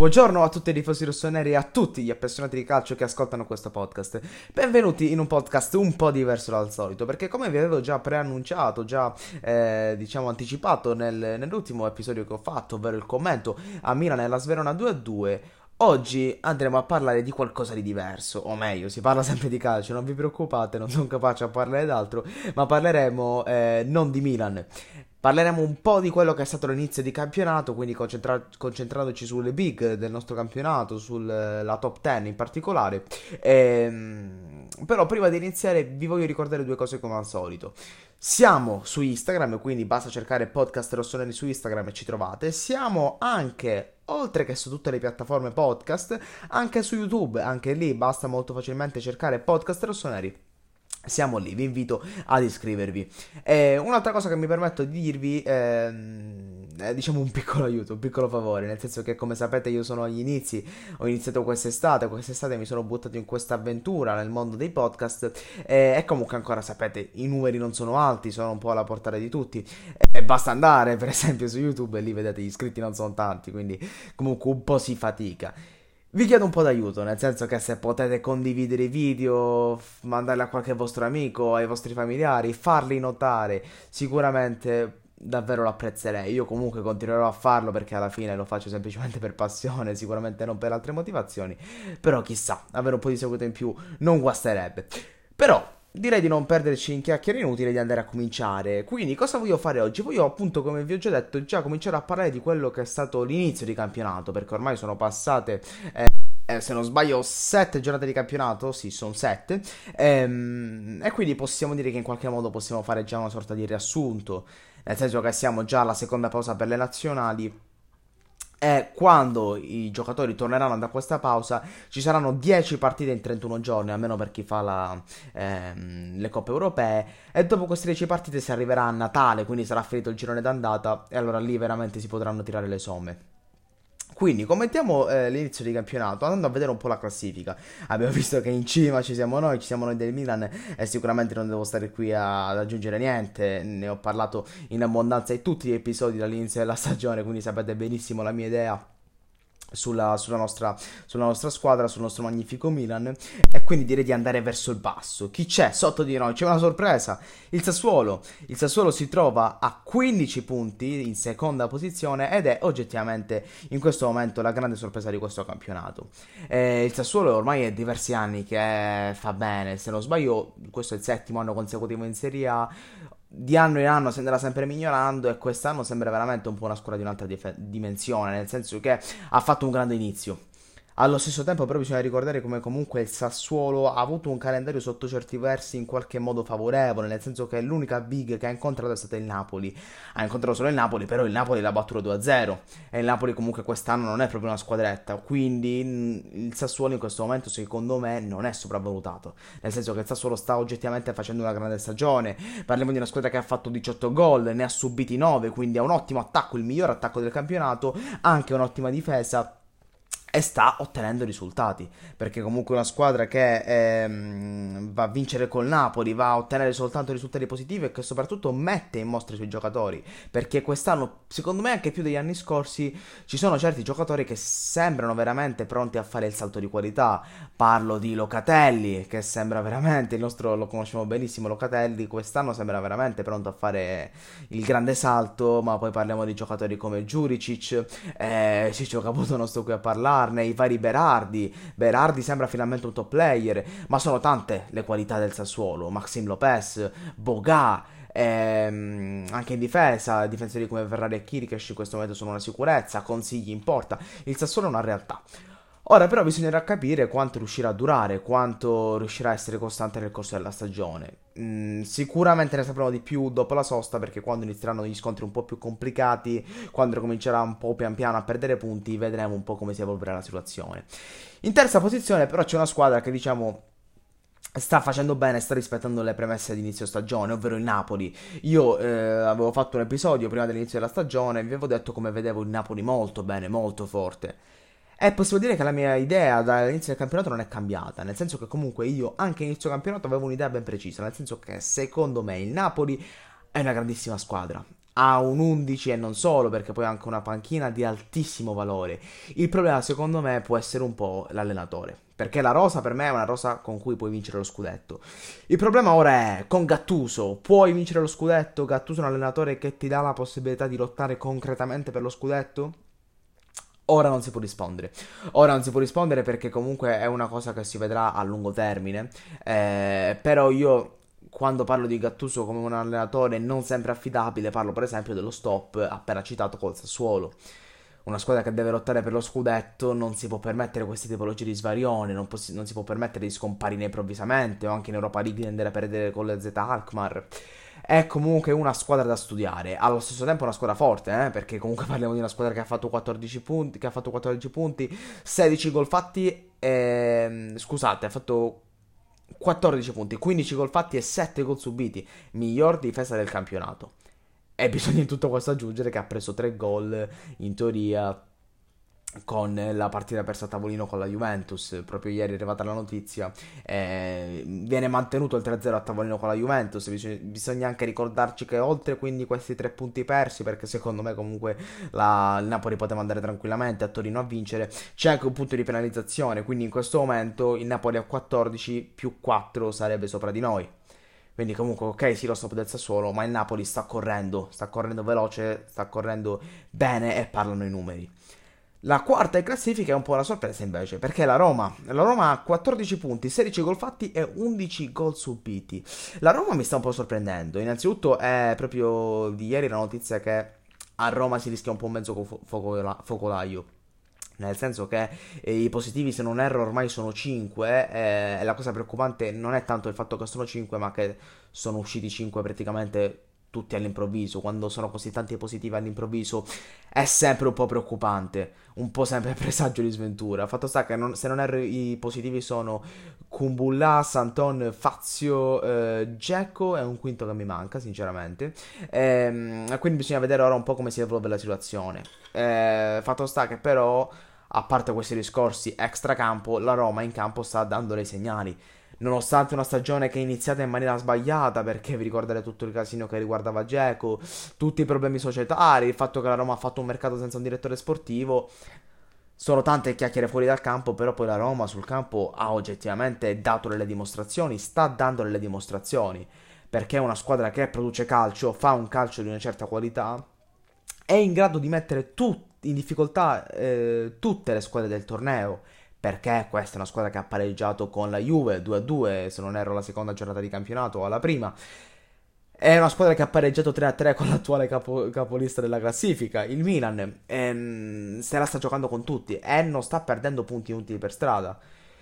Buongiorno a tutti i tifosi rossoneri e a tutti gli appassionati di calcio che ascoltano questo podcast. Benvenuti in un podcast un po' diverso dal solito, perché come vi avevo già preannunciato, anticipato nell'ultimo episodio che ho fatto, ovvero il commento a Milan e la Sverona 2-2, oggi andremo a parlare di qualcosa di diverso, o meglio, si parla sempre di calcio, non vi preoccupate, non sono capace a parlare d'altro, ma parleremo non di Milan. Parleremo un po' di quello che è stato l'inizio di campionato, quindi concentrandoci sulle big del nostro campionato, sulla top 10 in particolare. Però prima di iniziare vi voglio ricordare due cose come al solito. Siamo su Instagram, quindi basta cercare podcast rossoneri su Instagram e ci trovate. Siamo anche, oltre che su tutte le piattaforme podcast, anche su YouTube. Anche lì basta molto facilmente cercare podcast rossoneri. Siamo lì, vi invito ad iscrivervi. Un'altra cosa che mi permetto di dirvi è diciamo un piccolo aiuto, un piccolo favore, nel senso che come sapete io sono agli inizi, ho iniziato quest'estate mi sono buttato in questa avventura nel mondo dei podcast e comunque ancora sapete i numeri non sono alti, sono un po' alla portata di tutti e basta andare per esempio su YouTube e lì vedete gli iscritti non sono tanti, quindi comunque un po' si fatica. Vi chiedo un po' d'aiuto, nel senso che se potete condividere i video, mandarli a qualche vostro amico, ai vostri familiari, farli notare, sicuramente davvero lo apprezzerei. Io comunque continuerò a farlo perché alla fine lo faccio semplicemente per passione, sicuramente non per altre motivazioni, però chissà, avere un po' di seguito in più non guasterebbe. Però direi di non perderci in chiacchiere inutili e di andare a cominciare. Quindi cosa voglio fare oggi? Voglio appunto, come vi ho già detto, già cominciare a parlare di quello che è stato l'inizio di campionato, perché ormai sono passate se non sbaglio 7 giornate di campionato, sì, sono 7, e quindi possiamo dire che in qualche modo possiamo fare già una sorta di riassunto, nel senso che siamo già alla seconda pausa per le nazionali. E quando i giocatori torneranno da questa pausa ci saranno 10 partite in 31 giorni, almeno per chi fa le coppe europee. E dopo queste 10 partite si arriverà a Natale, quindi sarà finito il girone d'andata. E allora lì veramente si potranno tirare le somme. Quindi commentiamo l'inizio di campionato andando a vedere un po' la classifica. Abbiamo visto che in cima ci siamo noi del Milan e sicuramente non devo stare qui ad aggiungere niente. Ne ho parlato in abbondanza in tutti gli episodi dall'inizio della stagione, quindi sapete benissimo la mia idea sulla nostra squadra, sul nostro magnifico Milan. E quindi direi di andare verso il basso. Chi c'è sotto di noi? C'è una sorpresa, il Sassuolo si trova a 15 punti in seconda posizione ed è oggettivamente in questo momento la grande sorpresa di questo campionato. Il Sassuolo ormai è diversi anni che fa bene, se non sbaglio questo è il settimo anno consecutivo in Serie A. Di anno in anno si andrà sempre migliorando e quest'anno sembra veramente un po' una squadra di un'altra dimensione, nel senso che ha fatto un grande inizio. Allo stesso tempo però bisogna ricordare come comunque il Sassuolo ha avuto un calendario sotto certi versi in qualche modo favorevole, nel senso che l'unica big che ha incontrato è stata il Napoli. Ha incontrato solo il Napoli, però il Napoli l'ha battuto 2-0 e il Napoli comunque quest'anno non è proprio una squadretta, quindi il Sassuolo in questo momento secondo me non è sopravvalutato, nel senso che il Sassuolo sta oggettivamente facendo una grande stagione. Parliamo di una squadra che ha fatto 18 gol, ne ha subiti 9, quindi ha un ottimo attacco, il miglior attacco del campionato, anche un'ottima difesa e sta ottenendo risultati, perché comunque una squadra che va a vincere col Napoli, va a ottenere soltanto risultati positivi e che soprattutto mette in mostra i suoi giocatori, perché quest'anno secondo me anche più degli anni scorsi ci sono certi giocatori che sembrano veramente pronti a fare il salto di qualità. Parlo di Locatelli, che sembra veramente, il nostro lo conosciamo benissimo, Locatelli quest'anno sembra veramente pronto a fare il grande salto, ma poi parliamo di giocatori come Juricic, Ciccio Caputo non sto qui a parlarne, i vari Berardi sembra finalmente un top player, ma sono tante le qualità del Sassuolo, Maxim Lopez, Boga, anche in difesa, difensori come Ferrari e Kirikesh in questo momento sono una sicurezza, consigli in porta, il Sassuolo è una realtà. Ora però bisognerà capire quanto riuscirà a durare, quanto riuscirà a essere costante nel corso della stagione. Sicuramente ne sapremo di più dopo la sosta, perché quando inizieranno gli scontri un po' più complicati, quando comincerà un po' pian piano a perdere punti, vedremo un po' come si evolverà la situazione. In terza posizione però c'è una squadra che diciamo sta facendo bene, sta rispettando le premesse di inizio stagione, ovvero il Napoli. Io avevo fatto un episodio prima dell'inizio della stagione e vi avevo detto come vedevo il Napoli molto bene, molto forte. E possiamo dire che la mia idea dall'inizio del campionato non è cambiata, nel senso che comunque io anche inizio campionato avevo un'idea ben precisa, nel senso che secondo me il Napoli è una grandissima squadra, ha un 11 e non solo, perché poi ha anche una panchina di altissimo valore. Il problema secondo me può essere un po' l'allenatore, perché la rosa per me è una rosa con cui puoi vincere lo scudetto. Il problema ora è con Gattuso, puoi vincere lo scudetto? Gattuso è un allenatore che ti dà la possibilità di lottare concretamente per lo scudetto? Ora non si può rispondere. Ora non si può rispondere perché comunque è una cosa che si vedrà a lungo termine. Però io quando parlo di Gattuso come un allenatore non sempre affidabile, parlo per esempio dello stop appena citato col Sassuolo. Una squadra che deve lottare per lo scudetto non si può permettere queste tipologie di svarione, non si può permettere di scomparire improvvisamente o anche in Europa League di andare a perdere con le Z Alkmaar. È comunque una squadra da studiare, allo stesso tempo una squadra forte, perché comunque parliamo di una squadra che ha fatto 14 punti, 16 gol fatti, scusate, ha fatto 14 punti, 15 gol fatti e 7 gol subiti, miglior difesa del campionato. E bisogna in tutto questo aggiungere che ha preso 3 gol in teoria con la partita persa a tavolino con la Juventus. Proprio ieri è arrivata la notizia, viene mantenuto il 3-0 a tavolino con la Juventus. Bisogna anche ricordarci che oltre quindi questi 3 punti persi, perché secondo me comunque il Napoli poteva andare tranquillamente a Torino a vincere, c'è anche un punto di penalizzazione, quindi in questo momento il Napoli a 14 più 4 sarebbe sopra di noi. Quindi comunque ok, sì, lo stop del Sassuolo, ma il Napoli sta correndo veloce, sta correndo bene e parlano i numeri. La quarta in classifica è un po' la sorpresa invece, perché la Roma ha 14 punti, 16 gol fatti e 11 gol subiti. La Roma mi sta un po' sorprendendo. Innanzitutto è proprio di ieri la notizia che a Roma si rischia un po' un mezzo focolaio. Nel senso che i positivi, se non erro, ormai sono 5. E la cosa preoccupante non è tanto il fatto che sono 5, ma che sono usciti 5 praticamente tutti all'improvviso. Quando sono così tanti positivi all'improvviso è sempre un po' preoccupante, un po' sempre presagio di sventura. Fatto sta che se non erro i positivi sono Kumbulla, Santon, Fazio, Dzeko e un quinto che mi manca sinceramente. Quindi bisogna vedere ora un po' come si evolve la situazione. Fatto sta che però, a parte questi discorsi extracampo, la Roma in campo sta dando dei segnali. Nonostante una stagione che è iniziata in maniera sbagliata, perché vi ricorderete tutto il casino che riguardava Dzeko, tutti i problemi societari, il fatto che la Roma ha fatto un mercato senza un direttore sportivo, sono tante chiacchiere fuori dal campo, però poi la Roma sul campo ha oggettivamente dato delle dimostrazioni, sta dando delle dimostrazioni, perché è una squadra che produce calcio, fa un calcio di una certa qualità, è in grado di mettere in difficoltà tutte le squadre del torneo, perché questa è una squadra che ha pareggiato con la Juve 2-2, se non erro la seconda giornata di campionato o alla prima. È una squadra che ha pareggiato 3-3 con l'attuale capolista della classifica, il Milan. Se la sta giocando con tutti e non sta perdendo punti utili per strada.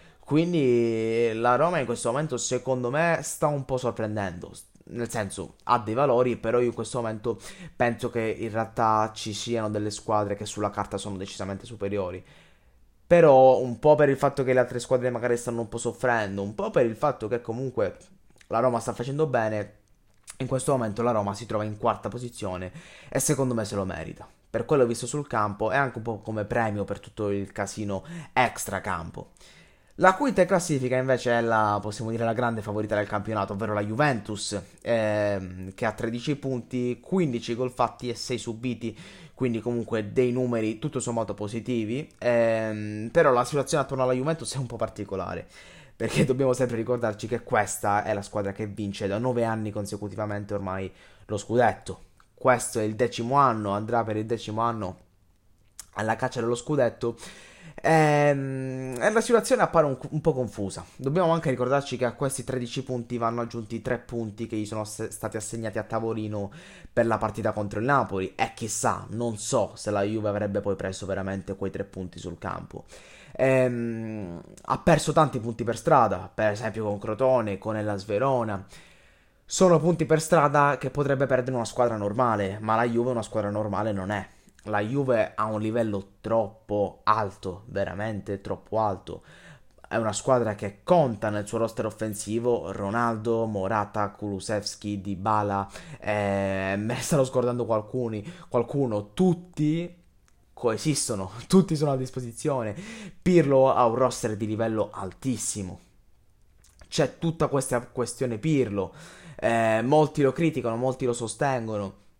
Quindi la Roma in questo momento secondo me sta un po' sorprendendo. Nel senso, ha dei valori, però io in questo momento penso che in realtà ci siano delle squadre che sulla carta sono decisamente superiori. Però un po' per il fatto che le altre squadre magari stanno un po' soffrendo, un po' per il fatto che comunque la Roma sta facendo bene, in questo momento la Roma si trova in quarta posizione e secondo me se lo merita. Per quello visto sul campo e anche un po' come premio per tutto il casino extra campo. La quinta in classifica invece è possiamo dire, la grande favorita del campionato, ovvero la Juventus, che ha 13 punti, 15 gol fatti e 6 subiti, quindi comunque dei numeri tutto sommato positivi. Però la situazione attorno alla Juventus è un po' particolare, perché dobbiamo sempre ricordarci che questa è la squadra che vince da 9 anni consecutivamente ormai lo scudetto. Questo è il 10° anno, andrà per il 10° anno alla caccia dello scudetto. La situazione appare un po' confusa. Dobbiamo anche ricordarci che a questi 13 punti vanno aggiunti 3 punti che gli sono stati assegnati a tavolino per la partita contro il Napoli. E chissà, non so se la Juve avrebbe poi preso veramente quei 3 punti sul campo. Ha perso tanti punti per strada, per esempio con Crotone, con Hellas Verona. Sono punti per strada che potrebbe perdere una squadra normale, ma la Juve una squadra normale non è. La Juve ha un livello troppo alto, veramente troppo alto. È una squadra che conta nel suo roster offensivo Ronaldo, Morata, Kulusevski, Dybala, me ne stanno scordando qualcuno, tutti coesistono, tutti sono a disposizione. Pirlo ha un roster di livello altissimo. C'è tutta questa questione Pirlo, molti lo criticano, molti lo sostengono.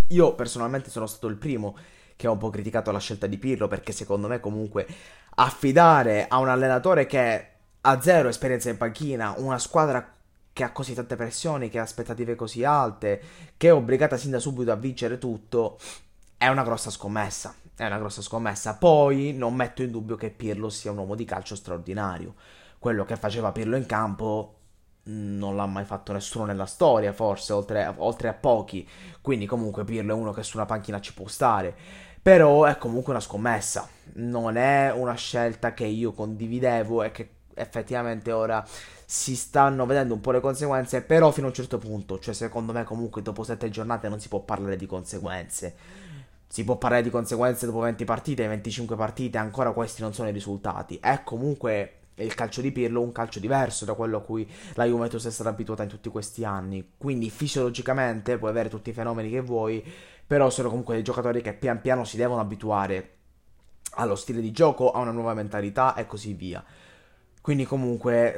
Io personalmente sono stato il primo che ha un po' criticato la scelta di Pirlo, perché secondo me comunque affidare a un allenatore che ha zero esperienza in panchina, una squadra che ha così tante pressioni, che ha aspettative così alte, che è obbligata sin da subito a vincere tutto, è una grossa scommessa. È una grossa scommessa. Poi non metto in dubbio che Pirlo sia un uomo di calcio straordinario. Quello che faceva Pirlo in campo non l'ha mai fatto nessuno nella storia, forse, oltre a pochi. Quindi comunque Pirlo è uno che su una panchina ci può stare. Però è comunque una scommessa. Non è una scelta che io condividevo e che effettivamente ora si stanno vedendo un po' le conseguenze, però fino a un certo punto. Cioè, secondo me comunque dopo 7 giornate non si può parlare di conseguenze. Si può parlare di conseguenze dopo 20 partite, 25 partite, ancora questi non sono i risultati. È comunque il calcio di Pirlo un calcio diverso da quello a cui la Juventus è stata abituata in tutti questi anni. Quindi fisiologicamente puoi avere tutti i fenomeni che vuoi, però sono comunque dei giocatori che pian piano si devono abituare allo stile di gioco, a una nuova mentalità e così via. Quindi comunque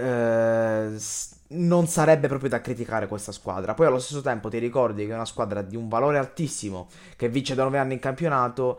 non sarebbe proprio da criticare questa squadra. Poi allo stesso tempo ti ricordi che è una squadra di un valore altissimo che vince da 9 anni in campionato.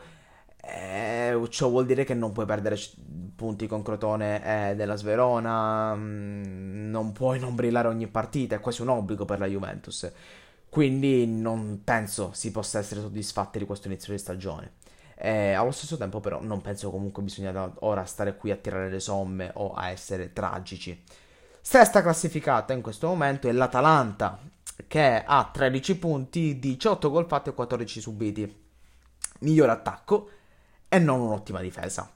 Ciò vuol dire che non puoi perdere punti con Crotone della Sverona. Non puoi non brillare ogni partita. È quasi un obbligo per la Juventus. Quindi non penso si possa essere soddisfatti di questo inizio di stagione. Allo stesso tempo però non penso comunque bisogna ora stare qui a tirare le somme o a essere tragici. Sesta classificata in questo momento è l'Atalanta, che ha 13 punti, 18 gol fatti e 14 subiti. Miglior attacco e non un'ottima difesa.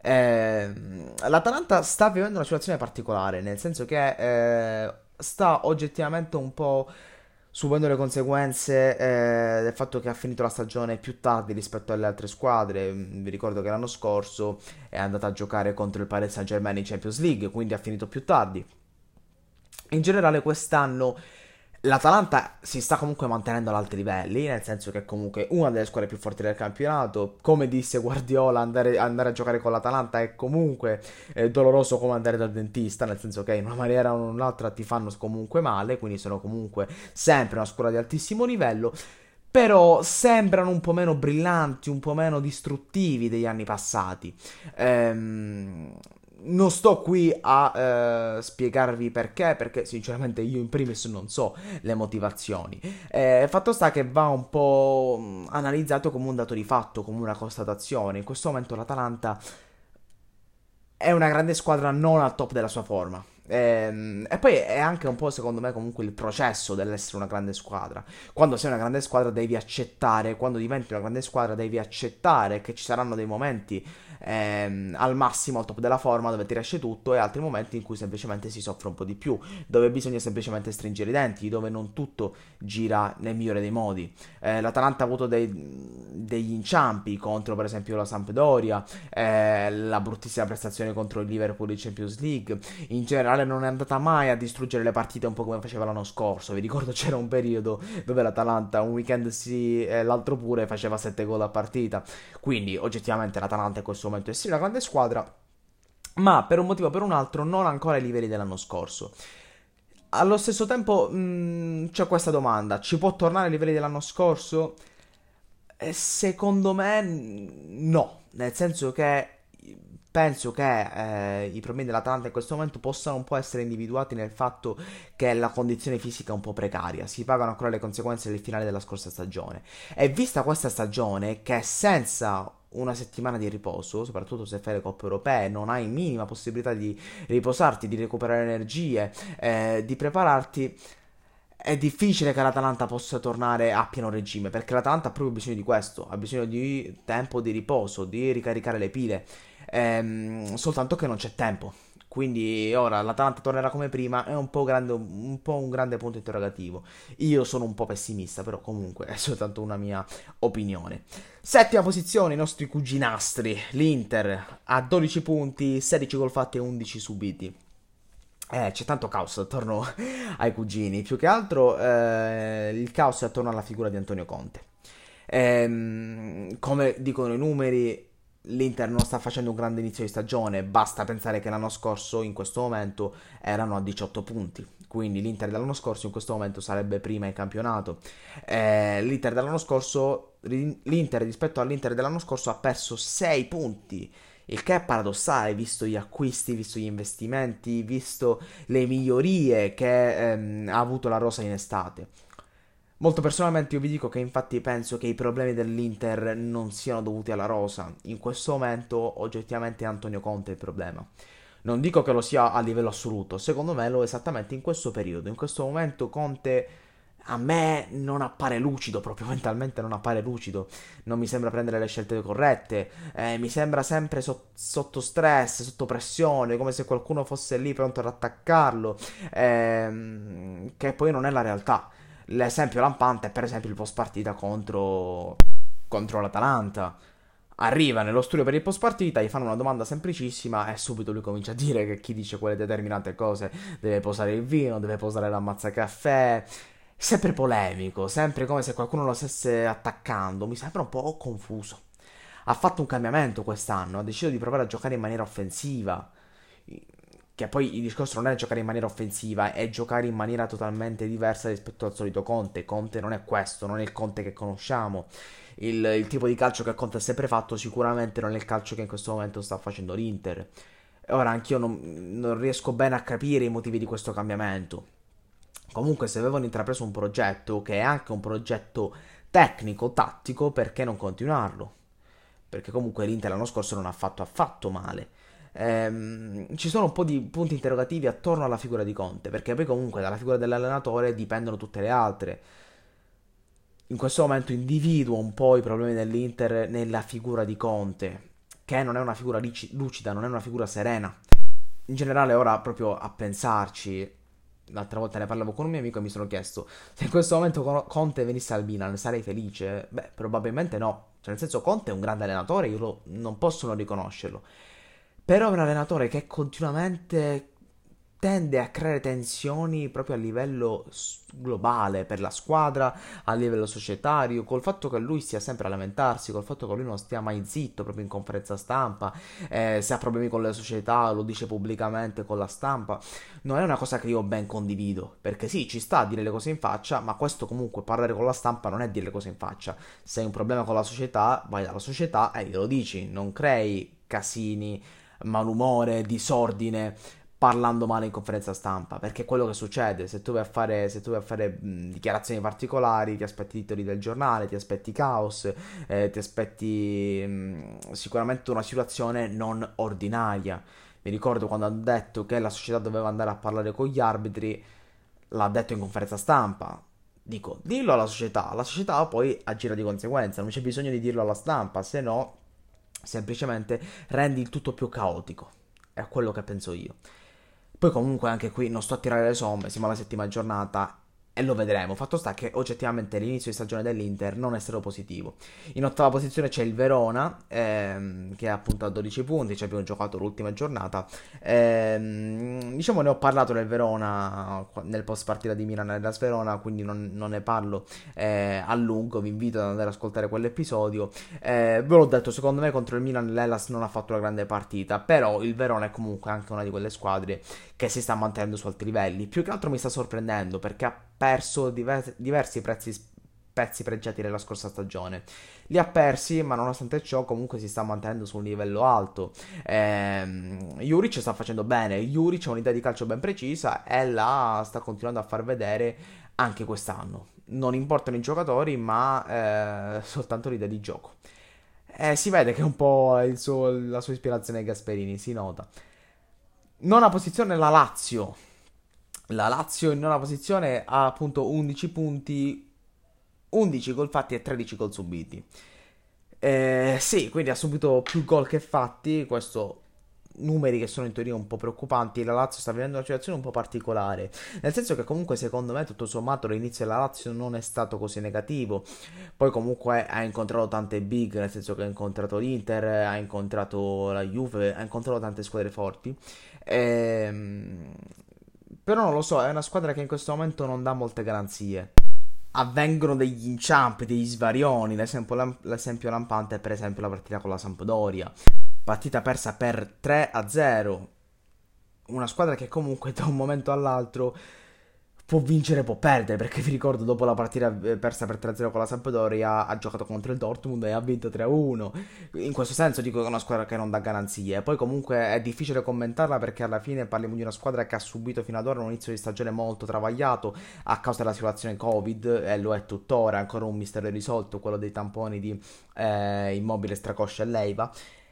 L'Atalanta sta vivendo una situazione particolare, nel senso che sta oggettivamente un po' subendo le conseguenze del fatto che ha finito la stagione più tardi rispetto alle altre squadre. Vi ricordo che l'anno scorso è andata a giocare contro il Paris Saint-Germain in Champions League, quindi ha finito più tardi. In generale quest'anno l'Atalanta si sta comunque mantenendo ad alti livelli, nel senso che è comunque una delle squadre più forti del campionato. Come disse Guardiola, andare a giocare con l'Atalanta è comunque doloroso come andare dal dentista, nel senso che in una maniera o in un'altra ti fanno comunque male, quindi sono comunque sempre una squadra di altissimo livello. Però sembrano un po' meno brillanti, un po' meno distruttivi degli anni passati. Ehm, Non sto qui a spiegarvi perché sinceramente io in primis non so le motivazioni. Fatto sta che va un po' analizzato come un dato di fatto, come una constatazione. In questo momento l'Atalanta è una grande squadra non al top della sua forma. E poi è anche un po', secondo me, comunque il processo dell'essere una grande squadra. Quando sei una grande squadra devi accettare, quando diventi una grande squadra devi accettare che ci saranno dei momenti al massimo, al top della forma, dove ti riesce tutto, e altri momenti in cui semplicemente si soffre un po' di più, dove bisogna semplicemente stringere i denti, dove non tutto gira nel migliore dei modi. L'Atalanta ha avuto degli inciampi contro, per esempio, la Sampdoria, la bruttissima prestazione contro il Liverpool in Champions League. In generale non è andata mai a distruggere le partite un po' come faceva l'anno scorso. Vi ricordo c'era un periodo dove l'Atalanta un weekend sì e l'altro pure faceva 7 gol a partita. Quindi oggettivamente l'Atalanta in questo momento è sì una grande squadra, ma per un motivo o per un altro non ancora ai livelli dell'anno scorso. Allo stesso tempo c'è questa domanda: ci può tornare ai livelli dell'anno scorso? Secondo me no, nel senso che penso che i problemi dell'Atalanta in questo momento possano un po' essere individuati nel fatto che la condizione fisica è un po' precaria, si pagano ancora le conseguenze del finale della scorsa stagione. E vista questa stagione, che senza una settimana di riposo, soprattutto se fai le coppe europee, non hai minima possibilità di riposarti, di recuperare energie, di prepararti, è difficile che l'Atalanta possa tornare a pieno regime, perché l'Atalanta ha proprio bisogno di questo, ha bisogno di tempo di riposo, di ricaricare le pile, soltanto che non c'è tempo. Quindi ora l'Atalanta tornerà come prima, è un po' un grande punto interrogativo. Io sono un po' pessimista, però comunque è soltanto una mia opinione. Settima posizione, i nostri cuginastri, l'Inter a 12 punti, 16 gol fatti e 11 subiti. C'è tanto caos attorno ai cugini, più che altro il caos è attorno alla figura di Antonio Conte. Come dicono i numeri, l'Inter non sta facendo un grande inizio di stagione, basta pensare che l'anno scorso in questo momento erano a 18 punti, quindi l'Inter dell'anno scorso in questo momento sarebbe prima in campionato. L'Inter dell'anno scorso, l'Inter rispetto all'Inter dell'anno scorso ha perso 6 punti, il che è paradossale visto gli acquisti, visto gli investimenti, visto le migliorie che ha avuto la rosa in estate. Molto personalmente io vi dico che infatti penso che i problemi dell'Inter non siano dovuti alla rosa. In questo momento oggettivamente è Antonio Conte il problema. Non dico che lo sia a livello assoluto, secondo me lo è esattamente in questo periodo. In questo momento Conte a me non appare lucido, proprio mentalmente non appare lucido. Non mi sembra prendere le scelte corrette. Mi sembra sempre sotto stress, sotto pressione, come se qualcuno fosse lì pronto ad attaccarlo. Che poi non è la realtà. L'esempio lampante è per esempio il post partita contro l'Atalanta. Arriva nello studio per il post partita, gli fanno una domanda semplicissima e subito lui comincia a dire che chi dice quelle determinate cose deve posare il vino, deve posare l'ammazzacaffè. Sempre polemico, sempre come se qualcuno lo stesse attaccando. Mi sembra un po' confuso. Ha fatto un cambiamento quest'anno, ha deciso di provare a giocare in maniera offensiva. Che poi il discorso non è giocare in maniera offensiva, è giocare in maniera totalmente diversa rispetto al solito Conte. Conte non è questo, non è il Conte che conosciamo. Il tipo di calcio che Conte ha sempre fatto sicuramente non è il calcio che in questo momento sta facendo l'Inter. Ora anch'io non riesco bene a capire i motivi di questo cambiamento. Comunque se avevano intrapreso un progetto che è anche un progetto tecnico, tattico, perché non continuarlo? Perché comunque l'Inter l'anno scorso non ha fatto affatto male. Ci sono un po' di punti interrogativi attorno alla figura di Conte, perché poi comunque dalla figura dell'allenatore dipendono tutte le altre. In questo momento individuo un po' i problemi dell'Inter nella figura di Conte, che non è una figura lucida, non è una figura serena. In generale ora proprio a pensarci, l'altra volta ne parlavo con un mio amico e mi sono chiesto se in questo momento Conte venisse al Milan sarei felice? Beh, probabilmente no. Cioè, nel senso, Conte è un grande allenatore, non posso non riconoscerlo. Però è un allenatore che continuamente tende a creare tensioni proprio a livello globale per la squadra, a livello societario, col fatto che lui stia sempre a lamentarsi, col fatto che lui non stia mai zitto proprio in conferenza stampa, se ha problemi con le società lo dice pubblicamente con la stampa. Non è una cosa che io ben condivido, perché sì, ci sta a dire le cose in faccia, ma questo comunque parlare con la stampa non è dire le cose in faccia. Se hai un problema con la società, vai dalla società e glielo dici, non crei casini, malumore, disordine parlando male in conferenza stampa, perché è quello che succede. Se tu vai a fare dichiarazioni particolari, ti aspetti i titoli del giornale, ti aspetti caos, ti aspetti sicuramente una situazione non ordinaria. Mi ricordo quando ha detto che la società doveva andare a parlare con gli arbitri, l'ha detto in conferenza stampa. Dico, dillo alla società poi agira di conseguenza, non c'è bisogno di dirlo alla stampa, se no semplicemente rendi il tutto più caotico. È quello che penso io. Poi comunque anche qui non sto a tirare le somme, siamo alla settima giornata e lo vedremo. Fatto sta che oggettivamente l'inizio di stagione dell'Inter non è stato positivo. In ottava posizione c'è il Verona, che è appunto a 12 punti, ci abbiamo giocato l'ultima giornata. Diciamo ne ho parlato del Verona nel post partita di Milan e della Verona, quindi non ne parlo a lungo, vi invito ad andare ad ascoltare quell'episodio. Ve l'ho detto, secondo me contro il Milan l'Hellas non ha fatto una grande partita, però il Verona è comunque anche una di quelle squadre che si sta mantenendo su alti livelli. Più che altro mi sta sorprendendo perché ha perso diversi pezzi pregiati nella scorsa stagione. Li ha persi, ma nonostante ciò comunque si sta mantenendo su un livello alto. Juric sta facendo bene, Juric ha un'idea di calcio ben precisa e la sta continuando a far vedere anche quest'anno. Non importano i giocatori, ma soltanto l'idea di gioco. Si vede che è un po' la sua ispirazione ai Gasperini, si nota. Nona posizione la Lazio. La Lazio in nona posizione ha appunto 11 punti, 11 gol fatti e 13 gol subiti. Sì, quindi ha subito più gol che fatti, questo numeri che sono in teoria un po' preoccupanti. La Lazio sta vivendo una situazione un po' particolare, nel senso che comunque secondo me tutto sommato l'inizio della Lazio non è stato così negativo. Poi comunque ha incontrato tante big, nel senso che ha incontrato l'Inter, ha incontrato la Juve, ha incontrato tante squadre forti. Però non lo so, è una squadra che in questo momento non dà molte garanzie. avvengono degli inciampi, degli svarioni. L'esempio lampante è per esempio la partita con la Sampdoria, partita persa per 3-0. Una squadra che comunque da un momento all'altro può vincere, può perdere, perché vi ricordo dopo la partita persa per 3-0 con la Sampdoria ha giocato contro il Dortmund e ha vinto 3-1. In questo senso dico che è una squadra che non dà garanzie. Poi comunque è difficile commentarla perché alla fine parliamo di una squadra che ha subito fino ad ora un inizio di stagione molto travagliato a causa della situazione Covid, e lo è tuttora, è ancora un mistero risolto quello dei tamponi di Immobile, Stracoscia e Leiva.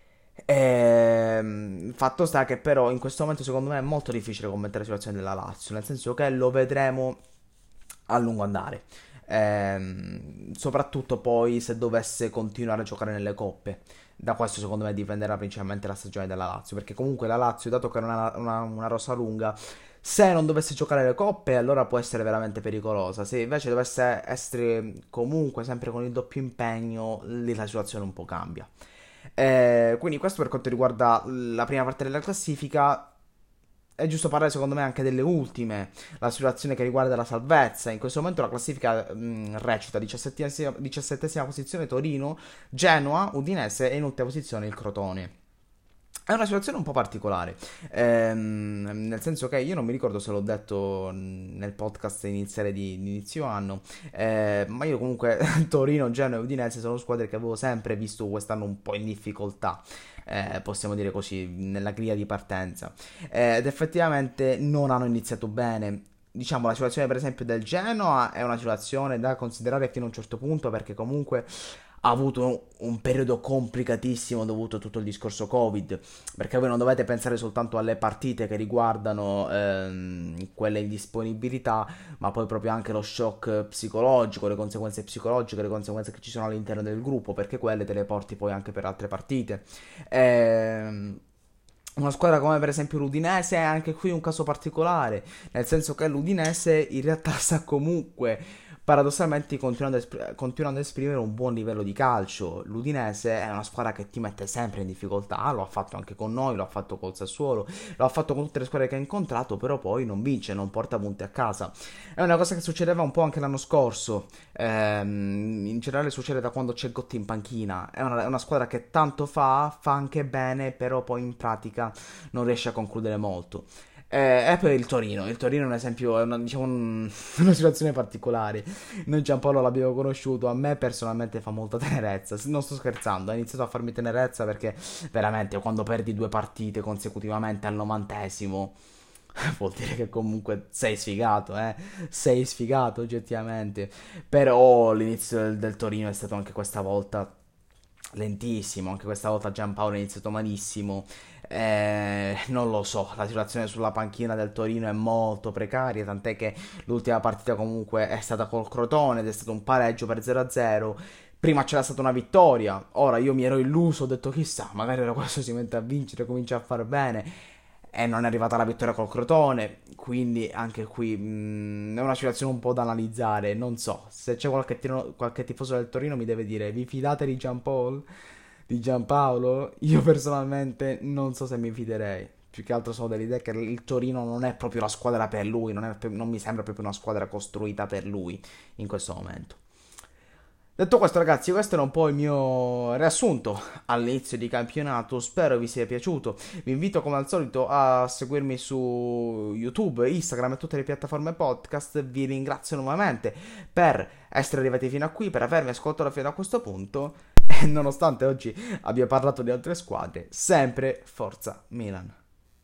Fatto sta che però in questo momento secondo me è molto difficile commentare la situazione della Lazio, nel senso che lo vedremo a lungo andare. Soprattutto poi se dovesse continuare a giocare nelle coppe. Da questo secondo me dipenderà principalmente la stagione della Lazio, perché comunque la Lazio, dato che non ha una rosa lunga, se non dovesse giocare le coppe allora può essere veramente pericolosa. Se invece dovesse essere comunque sempre con il doppio impegno, lì la situazione un po' cambia. Quindi questo per quanto riguarda la prima parte della classifica. È giusto parlare secondo me anche delle ultime, la situazione che riguarda la salvezza. In questo momento la classifica recita 17esima posizione Torino, Genoa, Udinese e in ultima posizione il Crotone. È una situazione un po' particolare, nel senso che io non mi ricordo se l'ho detto nel podcast iniziale di inizio anno, ma io comunque Torino, Genoa e Udinese sono squadre che avevo sempre visto quest'anno un po' in difficoltà, possiamo dire così, nella griglia di partenza, ed effettivamente non hanno iniziato bene. Diciamo, la situazione per esempio del Genoa è una situazione da considerare fino a un certo punto, perché comunque ha avuto un periodo complicatissimo dovuto a tutto il discorso Covid, perché voi non dovete pensare soltanto alle partite che riguardano quelle indisponibilità, ma poi proprio anche lo shock psicologico, le conseguenze psicologiche, le conseguenze che ci sono all'interno del gruppo, perché quelle te le porti poi anche per altre partite. Una squadra come per esempio l'Udinese è anche qui un caso particolare, nel senso che l'Udinese in realtà sta comunque paradossalmente continuando ad esprimere un buon livello di calcio. L'Udinese è una squadra che ti mette sempre in difficoltà, lo ha fatto anche con noi, lo ha fatto col Sassuolo, lo ha fatto con tutte le squadre che ha incontrato, però poi non vince, non porta punti a casa. È una cosa che succedeva un po' anche l'anno scorso, in generale succede da quando c'è Gotti in panchina. È una squadra che tanto fa anche bene, però poi in pratica non riesce a concludere molto. E poi il Torino è un esempio, è diciamo una situazione particolare. Noi Giampaolo l'abbiamo conosciuto, a me personalmente fa molta tenerezza, non sto scherzando, ha iniziato a farmi tenerezza perché veramente quando perdi 2 partite consecutivamente al 90esimo vuol dire che comunque sei sfigato oggettivamente. Però l'inizio del Torino è stato anche questa volta lentissimo, anche questa volta Giampaolo ha iniziato malissimo. Non lo so, la situazione sulla panchina del Torino è molto precaria, tant'è che l'ultima partita comunque è stata col Crotone ed è stato un pareggio per 0-0. Prima c'era stata una vittoria, ora io mi ero illuso, ho detto chissà, magari ora questo si mette a vincere, comincia a far bene, e non è arrivata la vittoria col Crotone, quindi anche qui è una situazione un po' da analizzare. Non so, se c'è qualche tifoso del Torino mi deve dire: vi fidate di Giampaolo? Io personalmente non so se mi fiderei. Più che altro sono dell'idea che il Torino non è proprio la squadra per lui, non mi sembra proprio una squadra costruita per lui in questo momento. Detto questo, ragazzi, questo era un po' il mio riassunto all'inizio di campionato. Spero vi sia piaciuto. Vi invito come al solito a seguirmi su YouTube, Instagram e tutte le piattaforme podcast. Vi ringrazio nuovamente per essere arrivati fino a qui, per avermi ascoltato fino a questo punto. E nonostante oggi abbia parlato di altre squadre, sempre Forza Milan.